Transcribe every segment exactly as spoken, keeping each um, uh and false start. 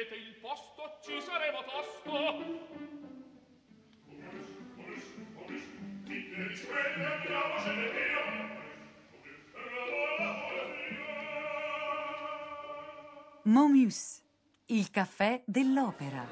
cedete il posto, ci saremo tosto. Momus, il caffè dell'opera.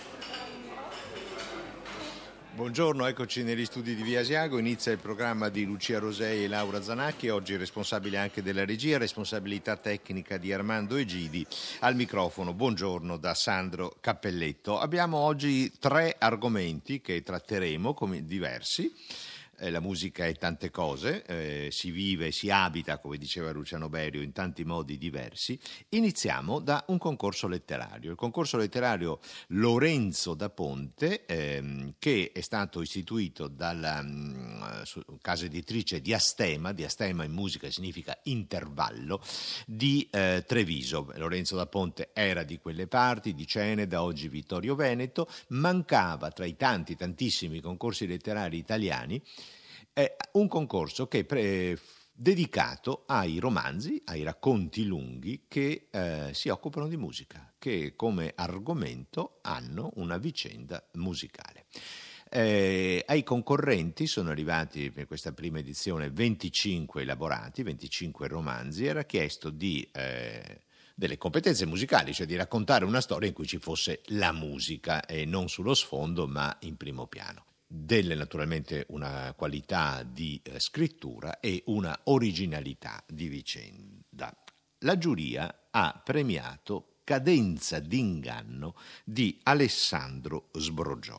Buongiorno, eccoci negli studi di Via Asiago. Inizia il programma di Lucia Rosei e Laura Zanacchi, oggi responsabile anche della regia, responsabilità tecnica di Armando Egidi. Al microfono, buongiorno da Sandro Cappelletto. Abbiamo oggi tre argomenti che tratteremo, come diversi. La musica è tante cose, eh, si vive, si abita, come diceva Luciano Berio, in tanti modi diversi. Iniziamo da un concorso letterario, il concorso letterario Lorenzo da Ponte, ehm, che è stato istituito dalla mh, casa editrice di Astema, di Astema in musica significa intervallo, di eh, Treviso. Lorenzo da Ponte era di quelle parti, di Ceneda, oggi Vittorio Veneto. Mancava tra i tanti, tantissimi concorsi letterari italiani È un concorso che è pre- dedicato ai romanzi, ai racconti lunghi che eh, si occupano di musica, che come argomento hanno una vicenda musicale. Eh, ai concorrenti sono arrivati per questa prima edizione venticinque elaborati, venticinque romanzi. Era chiesto di eh, delle competenze musicali, cioè di raccontare una storia in cui ci fosse la musica e non sullo sfondo ma in primo piano. Delle naturalmente una qualità di eh, scrittura e una originalità di vicenda. La giuria ha premiato Cadenza d'inganno di Alessandro Sbrogiò.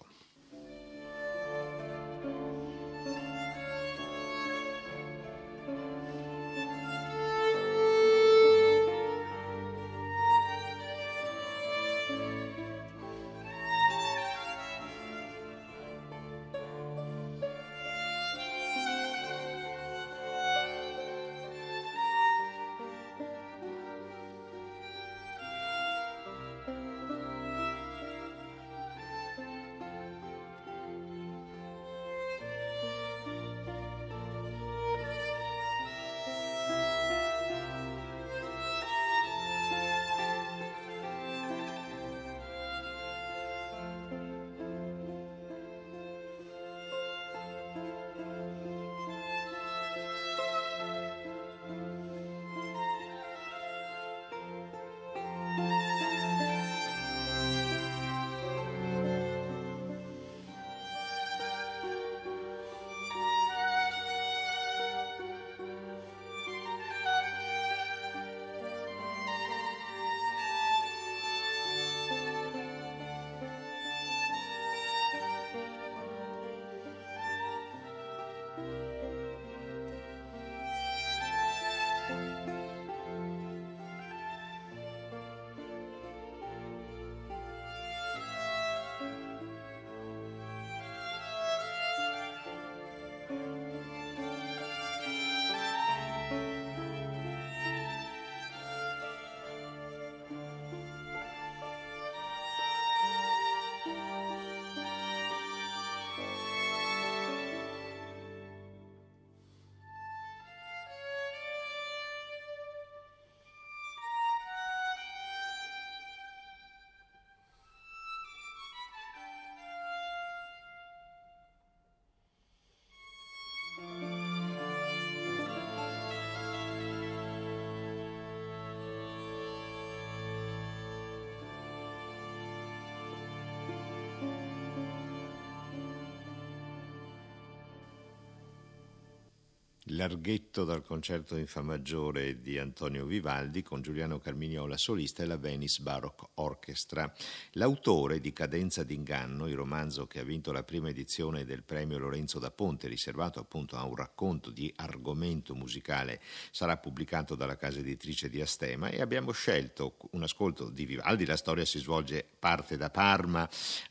Larghetto dal concerto in Fa maggiore di Antonio Vivaldi con Giuliano Carmignola solista e la Venice Baroque Orchestra. L'autore di Cadenza d'inganno, il romanzo che ha vinto la prima edizione del premio Lorenzo da Ponte, riservato appunto a un racconto di argomento musicale, sarà pubblicato dalla casa editrice di Astema, e abbiamo scelto un ascolto di Vivaldi. La storia si svolge, parte da Parma,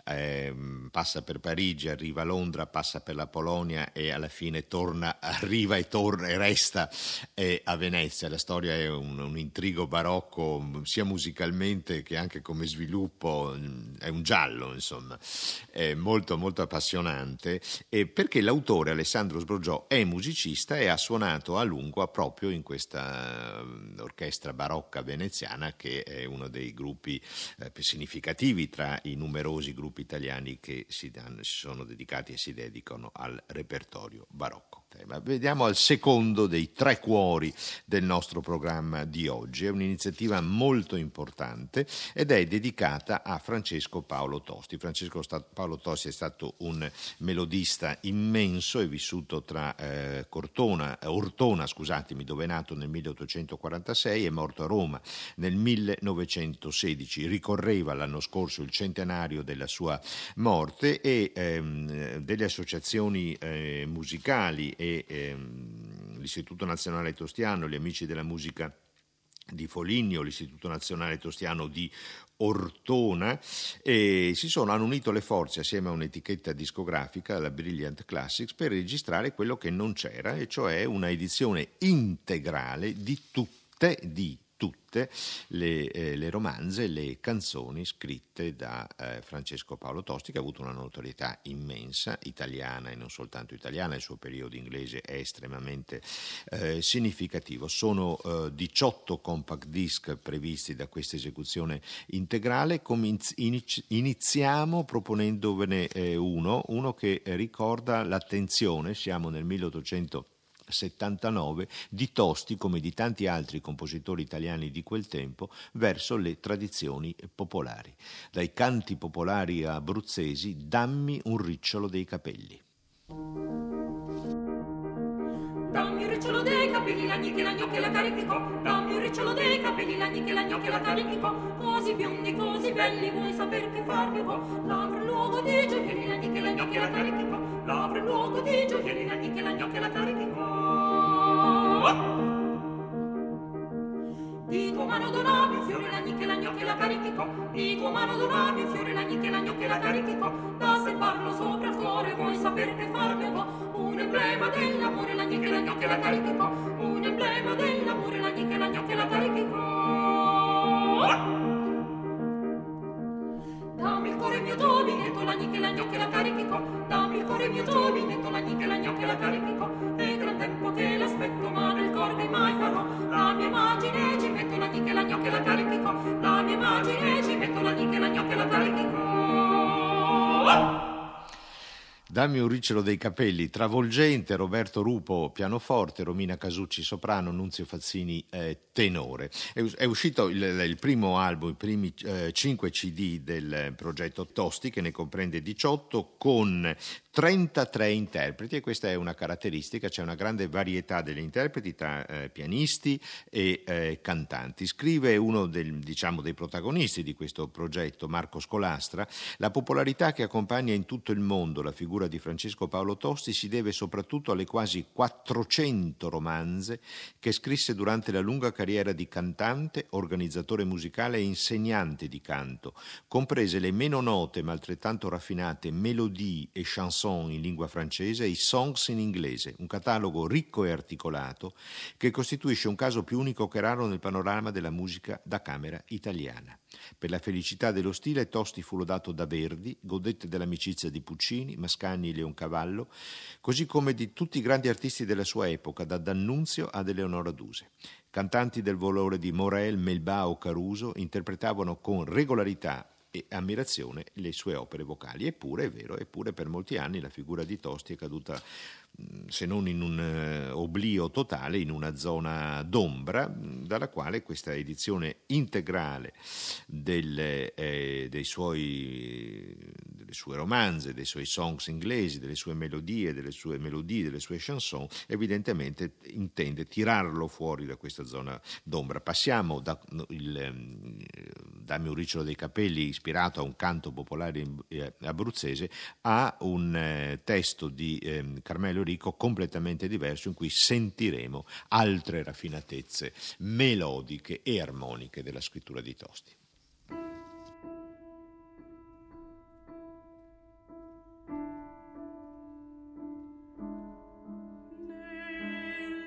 ehm, passa per Parigi, arriva a Londra, passa per la Polonia e alla fine torna, arriva e torna torna e resta eh, a Venezia. La storia è un, un intrigo barocco sia musicalmente che anche come sviluppo, è un giallo, insomma, è molto molto appassionante, eh, perché l'autore Alessandro Sbroggiò è musicista e ha suonato a lungo proprio in questa orchestra barocca veneziana, che è uno dei gruppi eh, più significativi tra i numerosi gruppi italiani che si, danno, si sono dedicati e si dedicano al repertorio barocco. Ma vediamo al secondo dei tre cuori del nostro programma di oggi. È un'iniziativa molto importante ed è dedicata a Francesco Paolo Tosti. Francesco Paolo Tosti è stato un melodista immenso, è vissuto tra eh, Cortona, Ortona, scusatemi, dove è nato nel milleottocentoquarantasei, è morto a Roma nel millenovecentosedici. Ricorreva l'anno scorso il centenario della sua morte e ehm, delle associazioni eh, musicali e ehm, l'Istituto Nazionale Tostiano, gli Amici della Musica di Foligno, l'Istituto Nazionale Tostiano di Ortona, e si sono, hanno unito le forze assieme a un'etichetta discografica, la Brilliant Classics, per registrare quello che non c'era, e cioè una edizione integrale di tutte, di tutte le, eh, le romanze, le canzoni scritte da eh, Francesco Paolo Tosti, che ha avuto una notorietà immensa, italiana e non soltanto italiana. Il suo periodo inglese è estremamente eh, significativo. Sono eh, diciotto compact disc previsti da questa esecuzione integrale. Cominz- iniz- iniziamo proponendovene eh, uno, uno che ricorda l'attenzione, siamo nel milleottocentosettantanove, di Tosti, come di tanti altri compositori italiani di quel tempo, verso le tradizioni popolari. Dai canti popolari abruzzesi, Dammi un ricciolo dei capelli. Dammi un ricciolo dei capelli, l'agni che la gnocca la carico. Dammi un ricciolo dei capelli, l'agni che la gnocca la carico. Così biondi, così belli, vuoi saper che farmi può? L'avrò luogo di gioielli, l'agni che la gnocca la carico. L'avrò luogo di gioielli, l'agni che la gnocca la carico. Di tua mano donami un fiore, l'agni che la gnocca la carico. Di tua mano donami un fiore, l'agni che la gnocca la carico. Da serbarlo sopra il cuore, vuoi saper che farmi può? Un emblema dell'amore, l'agni che la gnocca la carico. Un emblema dell'amore, l'agni che la gnocca la carico. Dammi il cuore mio giovinetto, l'agni che la gnocca la carico. Dammi il cuore mio giovinetto, l'agni che la gnocca la carico. È gran tempo che l'aspetto, ma nel cor che mai farò. La mia immagine ci metto, l'agni che la gnocca la carico. La mia immagine ci metto, l'agni che la gnocca la carico. Dammi un ricciolo dei capelli, travolgente, Roberto Rupo pianoforte, Romina Casucci soprano, Nunzio Fazzini eh, tenore. È, è uscito il, il primo album, i primi eh, cinque C D del progetto Tosti, che ne comprende diciotto, con trentatré interpreti, e questa è una caratteristica, c'è una grande varietà degli interpreti tra eh, pianisti e eh, cantanti. Scrive uno del, diciamo, dei protagonisti di questo progetto, Marco Scolastra: la popolarità che accompagna in tutto il mondo la figura di Francesco Paolo Tosti si deve soprattutto alle quasi quattrocento romanze che scrisse durante la lunga carriera di cantante, organizzatore musicale e insegnante di canto, comprese le meno note ma altrettanto raffinate melodie e chanson in lingua francese e i songs in inglese, un catalogo ricco e articolato che costituisce un caso più unico che raro nel panorama della musica da camera italiana. Per la felicità dello stile, Tosti fu lodato da Verdi, godette dell'amicizia di Puccini, Mascagni e Leoncavallo, così come di tutti i grandi artisti della sua epoca, da D'Annunzio ad Eleonora Duse. Cantanti del valore di Morel, Melba o Caruso interpretavano con regolarità e ammirazione le sue opere vocali. Eppure, è vero, eppure per molti anni la figura di Tosti è caduta, se non in un uh, oblio totale, in una zona d'ombra, dalla quale questa edizione integrale delle, eh, dei suoi, delle sue romanze, dei suoi songs inglesi, delle sue melodie, delle sue melodie, delle sue chanson, evidentemente intende tirarlo fuori da questa zona d'ombra. Passiamo da il Dammi un ricciolo dei capelli, ispirato a un canto popolare eh, abruzzese, a un eh, testo di eh, Carmelo Rico completamente diverso, in cui sentiremo altre raffinatezze melodiche e armoniche della scrittura di Tosti. Nel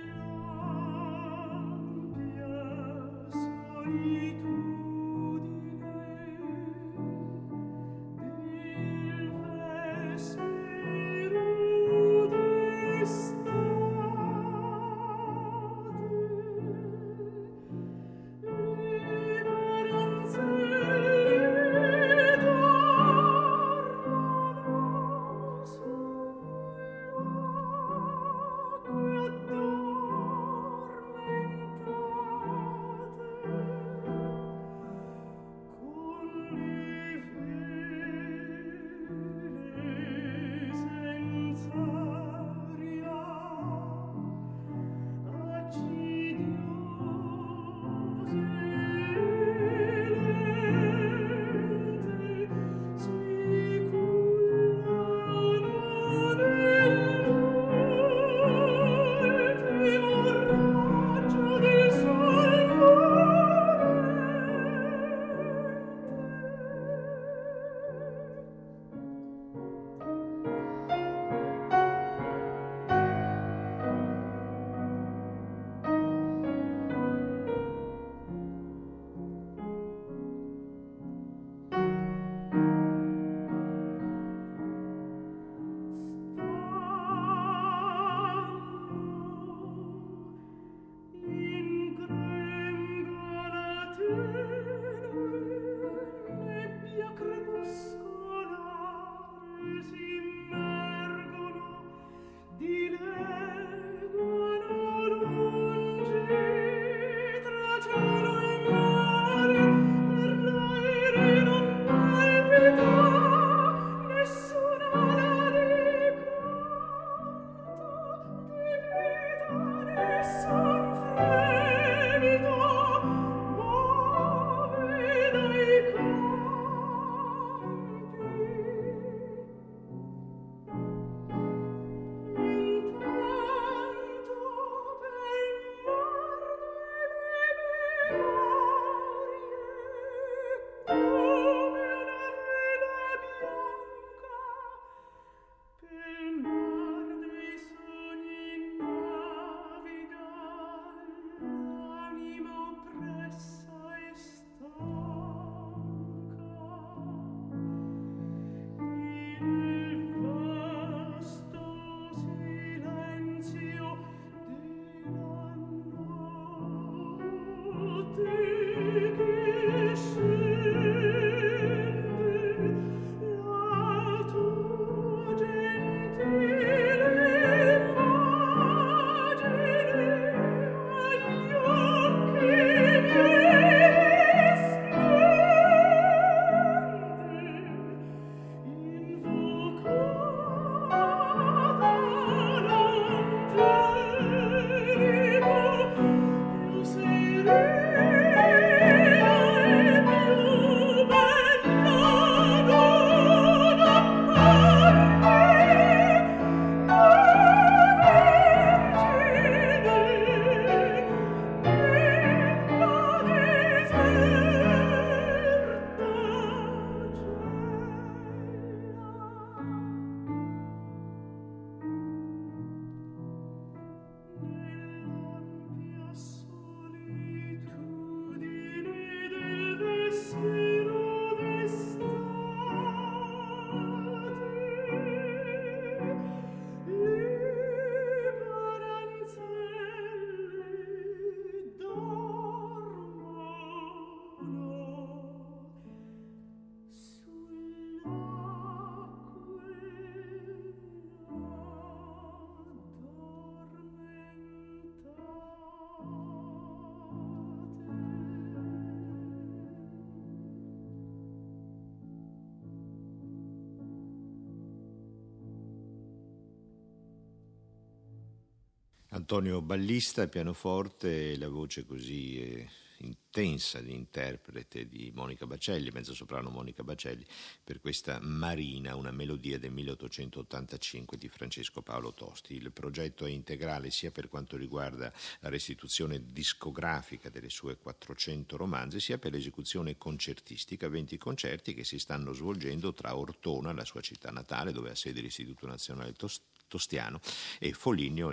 Antonio Ballista, pianoforte, e la voce così eh, intensa di interprete di Monica Bacelli, mezzosoprano Monica Bacelli, per questa Marina, una melodia del milleottocentottantacinque di Francesco Paolo Tosti. Il progetto è integrale sia per quanto riguarda la restituzione discografica delle sue quattrocento romanzi, sia per l'esecuzione concertistica, venti concerti che si stanno svolgendo tra Ortona, la sua città natale, dove ha sede l'Istituto Nazionale Tosti, Tostiano, e Foligno,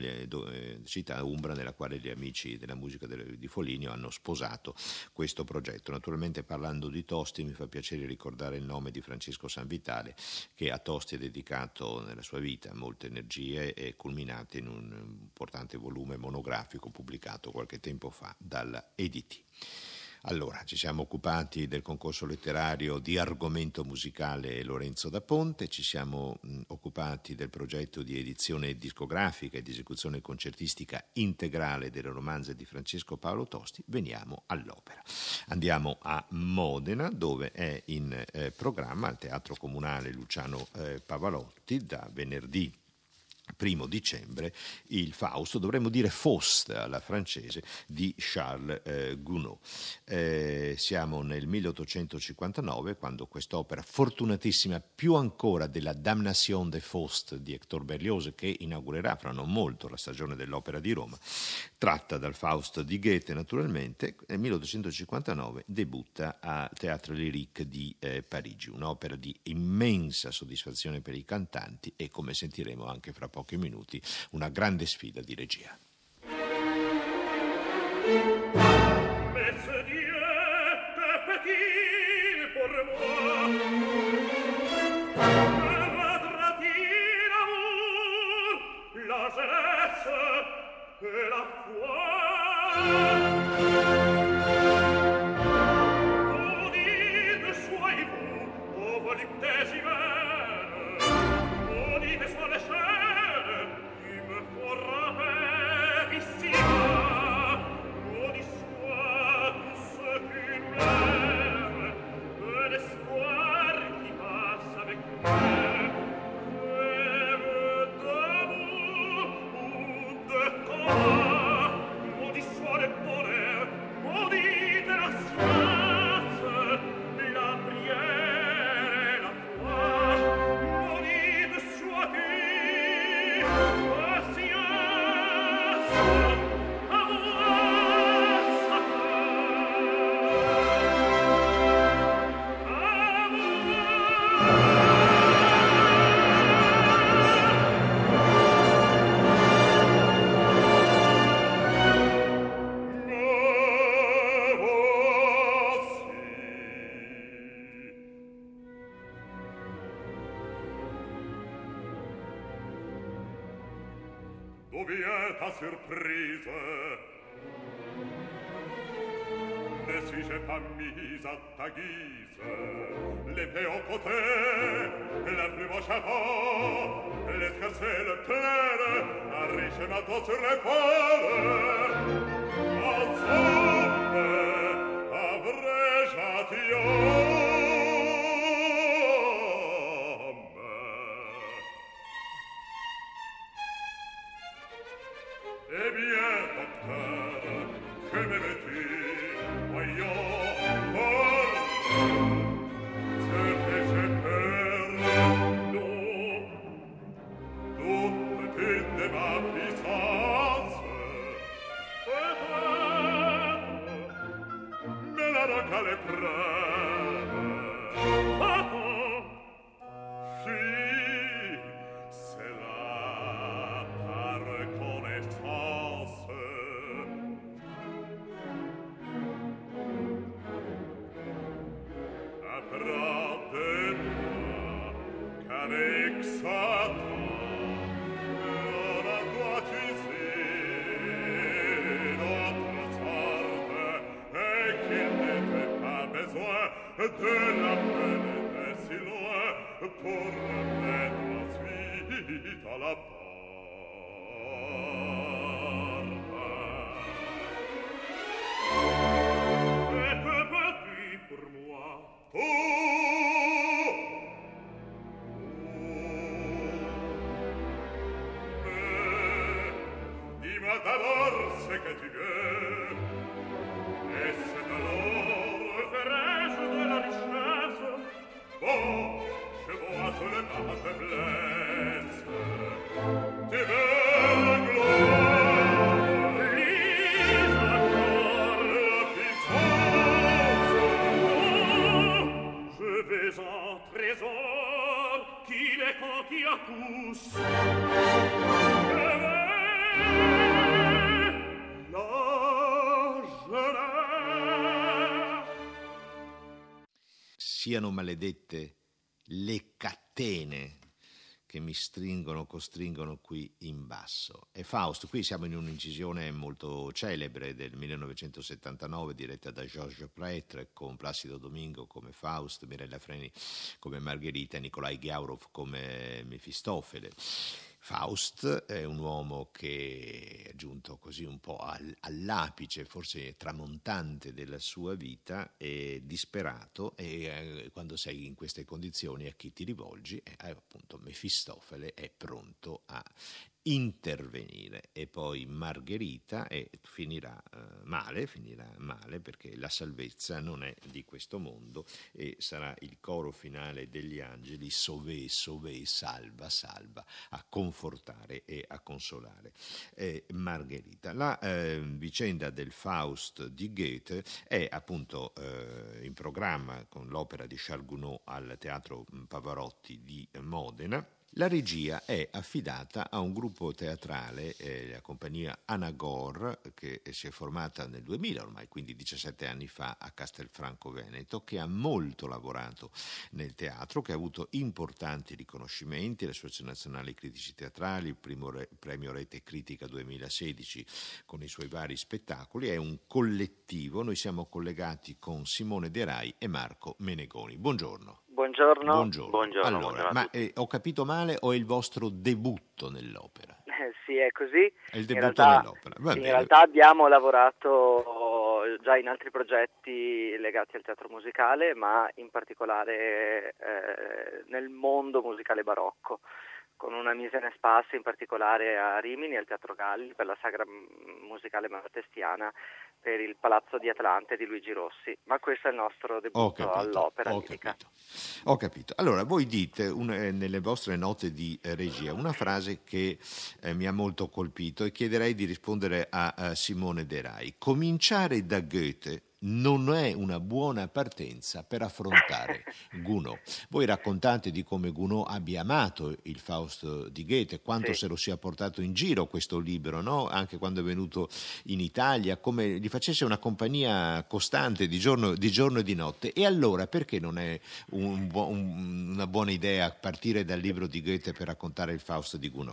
città umbra nella quale gli amici della musica di Foligno hanno sposato questo progetto. Naturalmente, parlando di Tosti, mi fa piacere ricordare il nome di Francesco Sanvitale, che a Tosti ha dedicato nella sua vita molte energie e culminate in un importante volume monografico pubblicato qualche tempo fa dalla E D T. Allora, ci siamo occupati del concorso letterario di Argomento Musicale Lorenzo da Ponte, ci siamo mh, occupati del progetto di edizione discografica e di esecuzione concertistica integrale delle romanze di Francesco Paolo Tosti. Veniamo all'opera. Andiamo a Modena, dove è in eh, programma al Teatro Comunale Luciano eh, Pavarotti da venerdì primo dicembre il Fausto, dovremmo dire Faust alla francese, di Charles eh, Gounod. Eh, siamo nel milleottocentocinquantanove, quando quest'opera fortunatissima, più ancora della Damnation de Faust di Hector Berlioz, che inaugurerà fra non molto la stagione dell'Opera di Roma, tratta dal Faust di Goethe naturalmente, nel milleottocentocinquantanove debutta a Théâtre Lyrique di eh, Parigi, un'opera di immensa soddisfazione per i cantanti e, come sentiremo anche fra pochi minuti, una grande sfida di regia. Let's go. vieta surprise. Ne si j'ai pas mise à ta guise, l'épée au côté, la plume au chapeau, l'escarcelle claire, un riche manteau sur l'épaule. Ensemble, avrei gentilhomme. Eh bien, docteur, que me veux-tu? Voyons, parle. Ce que j'ai peur, non, toute petite de ma puissance. Peut-être, mais la roca l'épreuve. Attends, si, c'est là ta reconnaissance. Apprends-moi qu'avec Satan, on a doit user notre sorte et qu'il n'était pas besoin de la peine de si loin pour remettre ensuite à la porte. Et que peux-tu pour moi? Oh! Mais dis-moi d'abord ce que tu veux. Est-ce de l'or? Ferai-je de la richesse? Bon, je vois tous les pas de faiblesse. Tu veux la gloire? Lise encore la puissance. Oh, je vais en trésor qui les conti à tous. Je vais la jeunesse. Siano maledette le catene che mi stringono, costringono qui in basso. E Faust, qui siamo in un'incisione molto celebre del millenovecentosettantanove diretta da Georges Prêtre con Placido Domingo come Faust, Mirella Freni come Margherita e Nikolai Ghiaurov come Mefistofele. Faust è un uomo che è giunto così un po' al, all'apice, forse tramontante della sua vita, è disperato e eh, quando sei in queste condizioni a chi ti rivolgi? Eh, appunto Mefistofele è pronto a intervenire e poi Margherita e finirà eh, male, finirà male perché la salvezza non è di questo mondo e sarà il coro finale degli angeli Sauvé, Sauvé, salva, salva a confortare e a consolare eh, Margherita. La eh, vicenda del Faust di Goethe è appunto eh, in programma con l'opera di Charles Gounod al Teatro Pavarotti di Modena. La regia è affidata a un gruppo teatrale, eh, la compagnia Anagor, che si è formata nel duemila, ormai quindi diciassette anni fa, a Castelfranco Veneto, che ha molto lavorato nel teatro, che ha avuto importanti riconoscimenti, l'Associazione Nazionale Critici Teatrali, il primo re, premio Rete Critica duemilasedici con i suoi vari spettacoli. È un collettivo, noi siamo collegati con Simone De Rai e Marco Menegoni. Buongiorno. Buongiorno. Buongiorno. Buongiorno, allora, buongiorno ma eh, ho capito male o è il vostro debutto nell'opera? Eh, sì, è così. È il in debutto realtà, nell'opera. Va in bene. realtà abbiamo lavorato già in altri progetti legati al teatro musicale, ma in particolare eh, nel mondo musicale barocco, con una mise en espace in particolare a Rimini, al Teatro Galli, per la sagra musicale martestiana, per il Palazzo di Atlante di Luigi Rossi. Ma questo è il nostro debutto all'opera ho lirica. Capito, ho capito. Allora, voi dite un, eh, nelle vostre note di eh, regia una frase che eh, mi ha molto colpito e chiederei di rispondere a, a Simone De Rai. Cominciare da Goethe non è una buona partenza per affrontare Gounod. Voi raccontate di come Gounod abbia amato il Faust di Goethe, quanto Sì. se lo sia portato in giro questo libro, no? Anche quando è venuto in Italia, come gli facesse una compagnia costante di giorno, di giorno e di notte. E allora perché non è un, un, una buona idea partire dal libro di Goethe per raccontare il Faust di Gounod?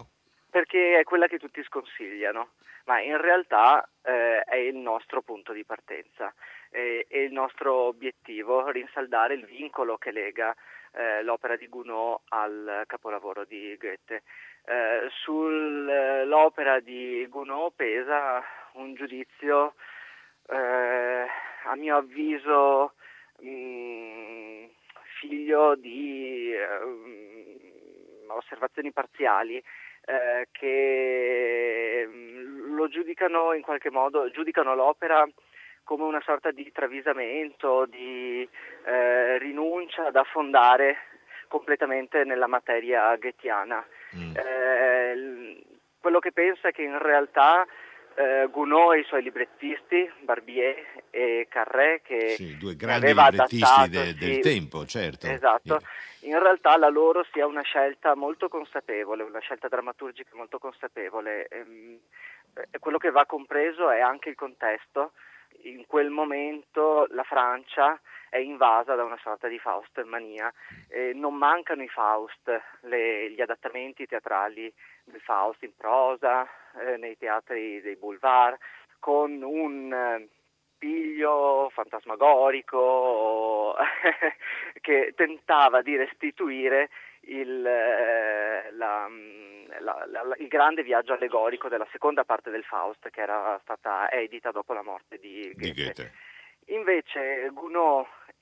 perché è quella che tutti sconsigliano, ma in realtà eh, è il nostro punto di partenza, eh, è il nostro obiettivo, rinsaldare il vincolo che lega eh, l'opera di Gounod al capolavoro di Goethe. Eh, sull'opera di Gounod pesa un giudizio, eh, a mio avviso, mh, figlio di uh, osservazioni parziali eh, che lo giudicano in qualche modo, giudicano l'opera come una sorta di travisamento, di eh, rinuncia ad affondare completamente nella materia goethiana. Mm. Eh, quello che pensa è che in realtà eh, Gounod e i suoi librettisti, Barbier e Carré, che sì, due grandi aveva librettisti adattato, de, del sì, tempo, certo. Esatto, sì. In realtà la loro sia una scelta molto consapevole, una scelta drammaturgica molto consapevole. Ehm, quello che va compreso è anche il contesto. In quel momento la Francia è invasa da una sorta di Faust-mania. Eh, non mancano i Faust, le, gli adattamenti teatrali del Faust in prosa, eh, nei teatri dei boulevard, con un eh, piglio fantasmagorico che tentava di restituire il, eh, la, la, la, il grande viaggio allegorico della seconda parte del Faust, che era stata edita dopo la morte di Goethe. Di Goethe. Invece Gounod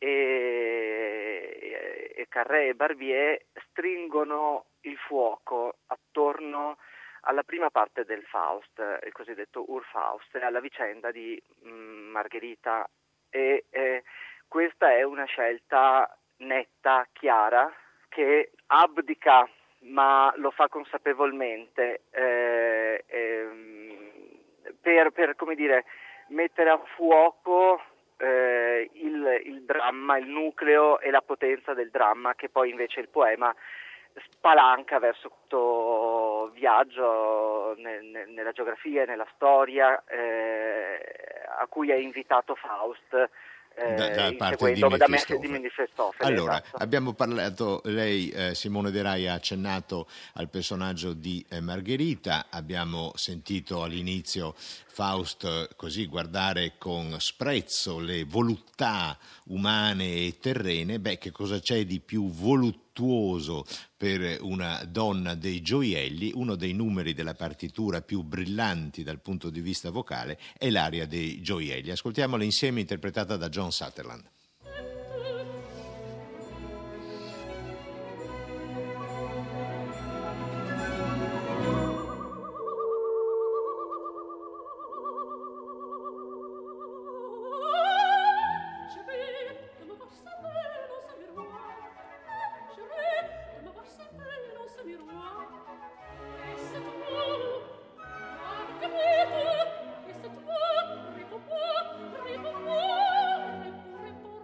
e, e Carré e Barbier stringono il fuoco attorno alla prima parte del Faust, il cosiddetto Urfaust, alla vicenda di mh, Margherita, e eh, questa è una scelta netta, chiara, che abdica, ma lo fa consapevolmente, eh, eh, per, per, come dire, mettere a fuoco eh, il, il dramma, il nucleo e la potenza del dramma, che poi invece il poema spalanca verso questo viaggio nel, nel, nella geografia e nella storia eh, a cui è invitato Faust. Eh, da, da parte di Mefistofele. Allora, esatto. Abbiamo parlato, lei eh, Simone De Rai ha accennato al personaggio di eh, Margherita, abbiamo sentito all'inizio Faust così guardare con sprezzo le voluttà umane e terrene. Beh, che cosa c'è di più voluttuoso per una donna dei gioielli? Uno dei numeri della partitura più brillanti dal punto di vista vocale è l'aria dei gioielli. Ascoltiamola insieme, interpretata da John Sutherland. Répond, répond, répond, répond, répond, répond,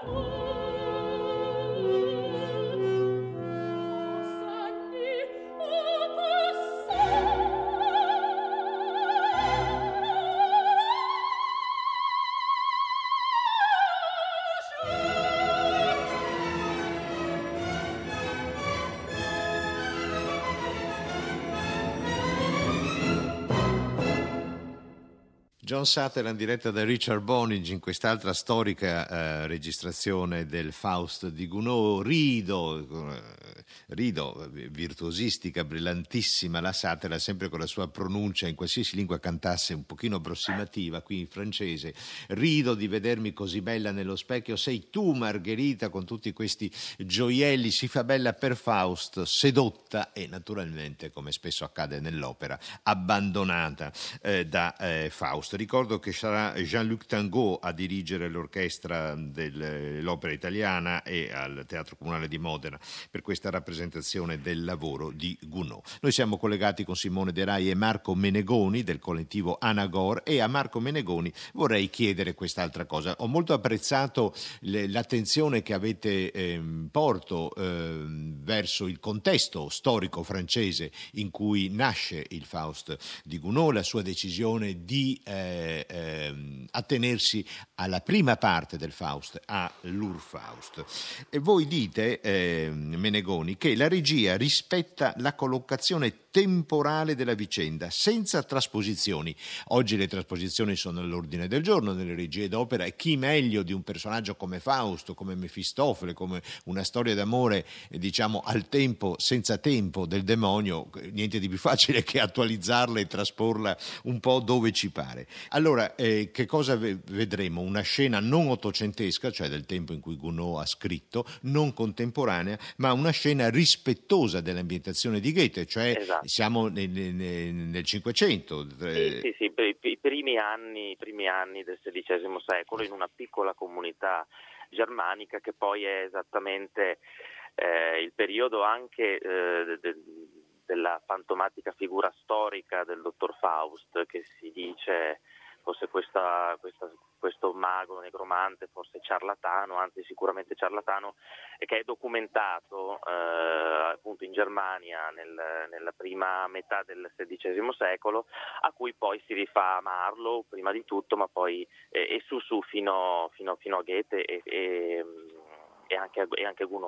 John Sutherland diretta da Richard Bonynge in quest'altra storica eh, registrazione del Faust di Gounod. Rido, eh, rido, virtuosistica, brillantissima la Sutherland, sempre con la sua pronuncia in qualsiasi lingua cantasse un pochino approssimativa, qui in francese. Rido di vedermi così bella nello specchio, sei tu Margherita con tutti questi gioielli, si fa bella per Faust, sedotta e naturalmente, come spesso accade nell'opera, abbandonata eh, da eh, Faust. Ricordo che sarà Jean-Luc Tango a dirigere l'orchestra dell'opera italiana e al Teatro Comunale di Modena per questa rappresentazione del lavoro di Gounod. Noi siamo collegati con Simone De Rai e Marco Menegoni del collettivo Anagor, e a Marco Menegoni vorrei chiedere quest'altra cosa. Ho molto apprezzato le, l'attenzione che avete eh, porto eh, verso il contesto storico francese in cui nasce il Faust di Gounod, la sua decisione di eh, Eh, eh, attenersi alla prima parte del Faust, a l'Urfaust. E voi dite, eh, Menegoni, che la regia rispetta la collocazione temporale della vicenda, senza trasposizioni. Oggi le trasposizioni sono all'ordine del giorno nelle regie d'opera, e chi meglio di un personaggio come Fausto, come Mefistofele, come una storia d'amore, eh, diciamo, al tempo, senza tempo del demonio, niente di più facile che attualizzarla e trasporla un po' dove ci pare. Allora, eh, che cosa vedremo? Una scena non ottocentesca, cioè del tempo in cui Gounod ha scritto, non contemporanea, ma una scena rispettosa dell'ambientazione di Goethe, cioè esatto. Siamo nel, nel, nel Cinquecento. Sì, sì, sì, per i primi anni, i primi anni del sedicesimo secolo, in una piccola comunità germanica che poi è esattamente eh, il periodo anche eh, de, della fantomatica figura storica del dottor Faust, che si dice fosse questa, questa, questo mago negromante, forse ciarlatano, anzi sicuramente ciarlatano, e che è documentato eh, appunto in Germania nel, nella prima metà del sedicesimo secolo, a cui poi si rifà Marlowe prima di tutto, ma poi eh, e su su fino, fino, fino a Goethe e, e, e anche, e anche Gounod.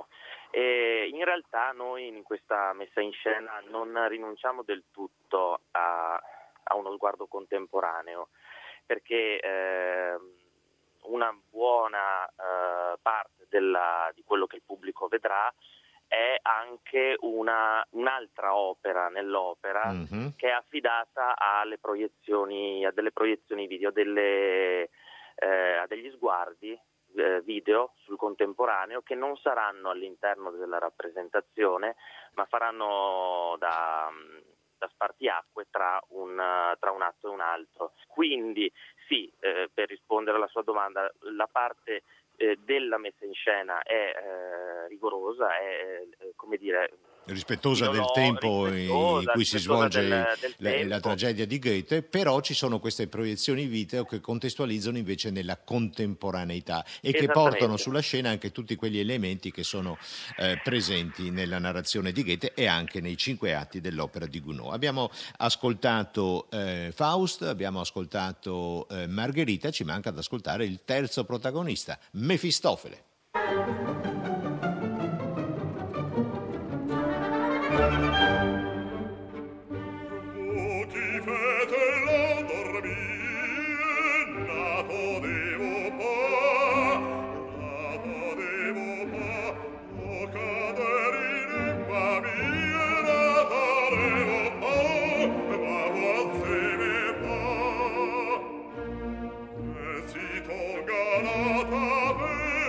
E in realtà noi in questa messa in scena non rinunciamo del tutto a, a uno sguardo contemporaneo, perché eh, una buona eh, parte della, di quello che il pubblico vedrà è anche una, un'altra opera nell'opera mm-hmm. che è affidata alle proiezioni, a delle proiezioni video, delle, eh, a degli sguardi eh, video sul contemporaneo che non saranno all'interno della rappresentazione, ma faranno da... da spartiacque tra un, tra un atto e un altro. Quindi sì, eh, per rispondere alla sua domanda, la parte eh, della messa in scena è eh, rigorosa, è eh, come dire rispettosa del tempo rispettosa, in cui si svolge del, del la, la tragedia di Goethe, però ci sono queste proiezioni video che contestualizzano invece nella contemporaneità e che portano sulla scena anche tutti quegli elementi che sono eh, presenti nella narrazione di Goethe e anche nei cinque atti dell'opera di Gounod. Abbiamo ascoltato eh, Faust, abbiamo ascoltato eh, Margherita, ci manca ad ascoltare il terzo protagonista, Mefistofele.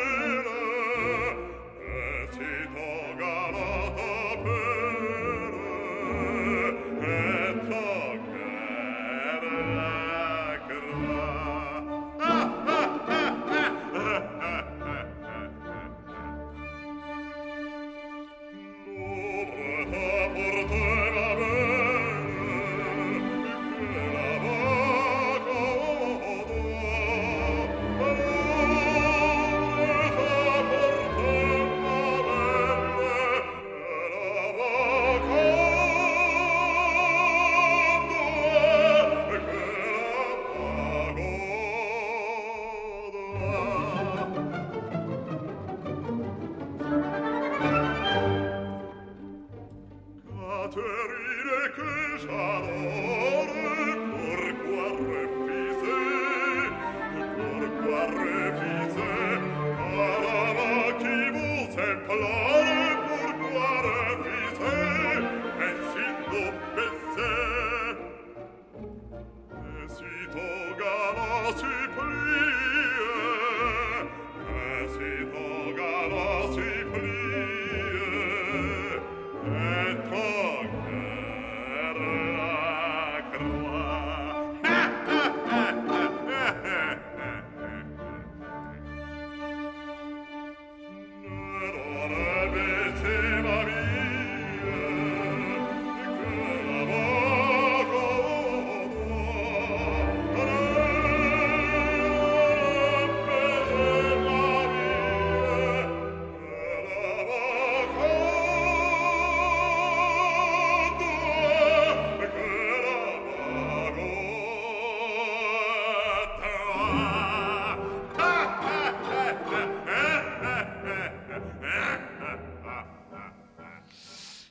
Galata bene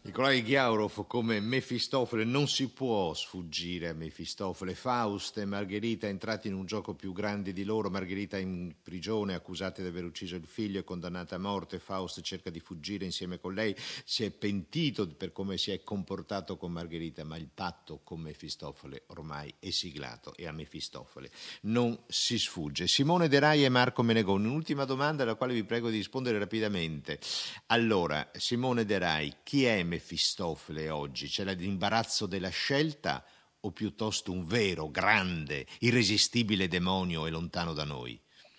Nikolai Ghiaurov come Mefistofele, non si può sfuggire a Mefistofele. Faust e Margherita entrati in un gioco più grande di loro, Margherita in prigione accusata di aver ucciso il figlio e condannata a morte, Faust cerca di fuggire insieme con lei, si è pentito per come si è comportato con Margherita, ma il patto con Mefistofele ormai è siglato e a Mefistofele non si sfugge. Simone De Rai e Marco Menegoni, un'ultima domanda alla quale vi prego di rispondere rapidamente. Allora, Simone De Rai, chi è Mefistofele oggi? C'è l'imbarazzo della scelta o piuttosto un vero, grande, irresistibile demonio e lontano da noi?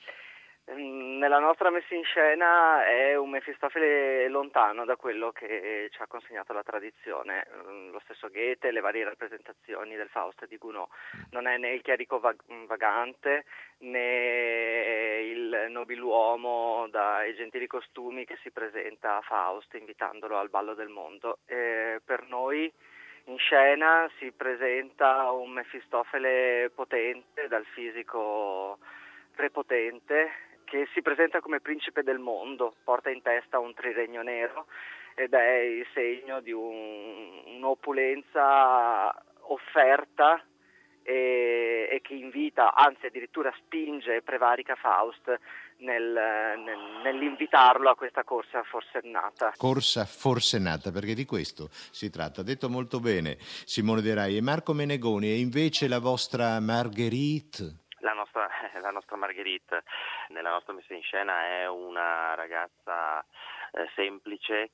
Nella nostra messa in scena è un Mefistofele lontano da quello che ci ha consegnato la tradizione. Lo stesso Goethe, le varie rappresentazioni del Faust di Gounod. Non è né il chierico vagante né il nobiluomo dai gentili costumi che si presenta a Faust invitandolo al ballo del mondo. E per noi in scena si presenta un Mefistofele potente, dal fisico prepotente, che si presenta come principe del mondo, porta in testa un triregno nero ed è il segno di un, un'opulenza offerta e, e che invita, anzi addirittura spinge e prevarica Faust nel, nel, nell'invitarlo a questa corsa forsennata. Corsa forsennata, perché di questo si tratta. Detto molto bene Simone De Rai. E Marco Menegoni, e invece la vostra Marguerite? La nostra, la nostra Marguerite nella nostra messa in scena è una ragazza eh, semplice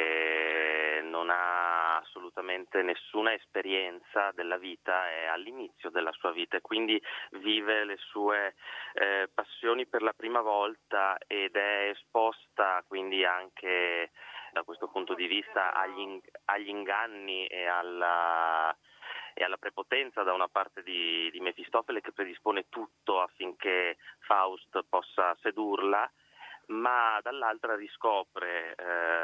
che non ha assolutamente nessuna esperienza della vita, è all'inizio della sua vita e quindi vive le sue eh, passioni per la prima volta ed è esposta quindi anche da questo punto di vista agli, agli inganni e alla e alla prepotenza da una parte di, di Mefistofele che predispone tutto affinché Faust possa sedurla, ma dall'altra riscopre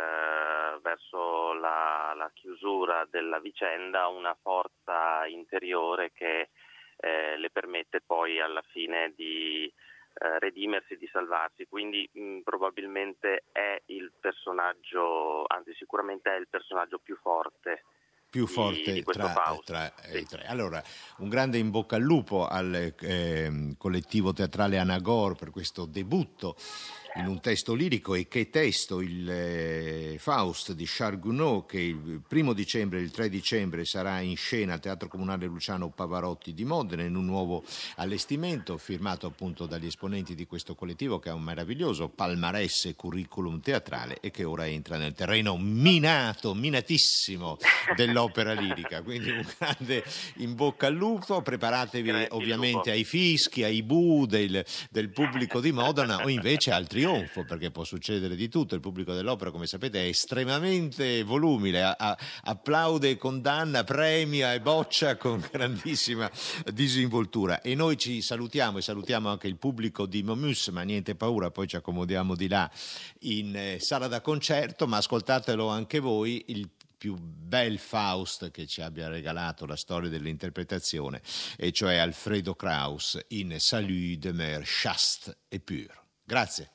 eh, verso la, la chiusura della vicenda una forza interiore che eh, le permette poi alla fine di eh, redimersi, di salvarsi, quindi mh, probabilmente è il personaggio, anzi sicuramente è il personaggio più forte più forte di, di tra, tra sì. i tre. Allora, un grande in bocca al lupo al eh, collettivo teatrale Anagor per questo debutto in un testo lirico. E che testo, il eh, Faust di Charles Gounod, che il primo dicembre e il tre dicembre sarà in scena al Teatro Comunale Luciano Pavarotti di Modena in un nuovo allestimento firmato appunto dagli esponenti di questo collettivo che ha un meraviglioso palmarès e curriculum teatrale e che ora entra nel terreno minato, minatissimo dell'opera lirica. Quindi un grande in bocca al lupo, preparatevi Grazie, ovviamente ai fischi, ai bu del, del pubblico di Modena o invece al trionfo, perché può succedere di tutto. Il pubblico dell'opera, come sapete, è estremamente volubile, a, a, applaude, condanna, premia e boccia con grandissima disinvoltura. E noi ci salutiamo e salutiamo anche il pubblico di Momus, ma niente paura, poi ci accomodiamo di là in eh, sala da concerto, ma ascoltatelo anche voi, il più bel Faust che ci abbia regalato la storia dell'interpretazione, e cioè Alfredo Kraus in Salut demeure chaste et pure. Grazie.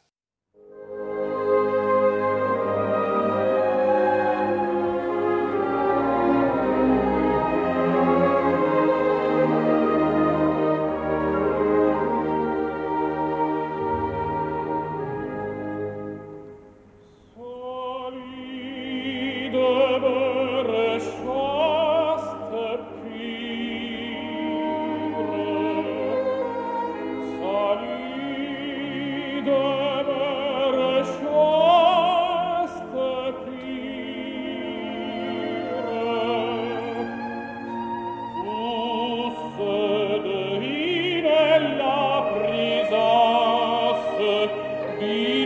Be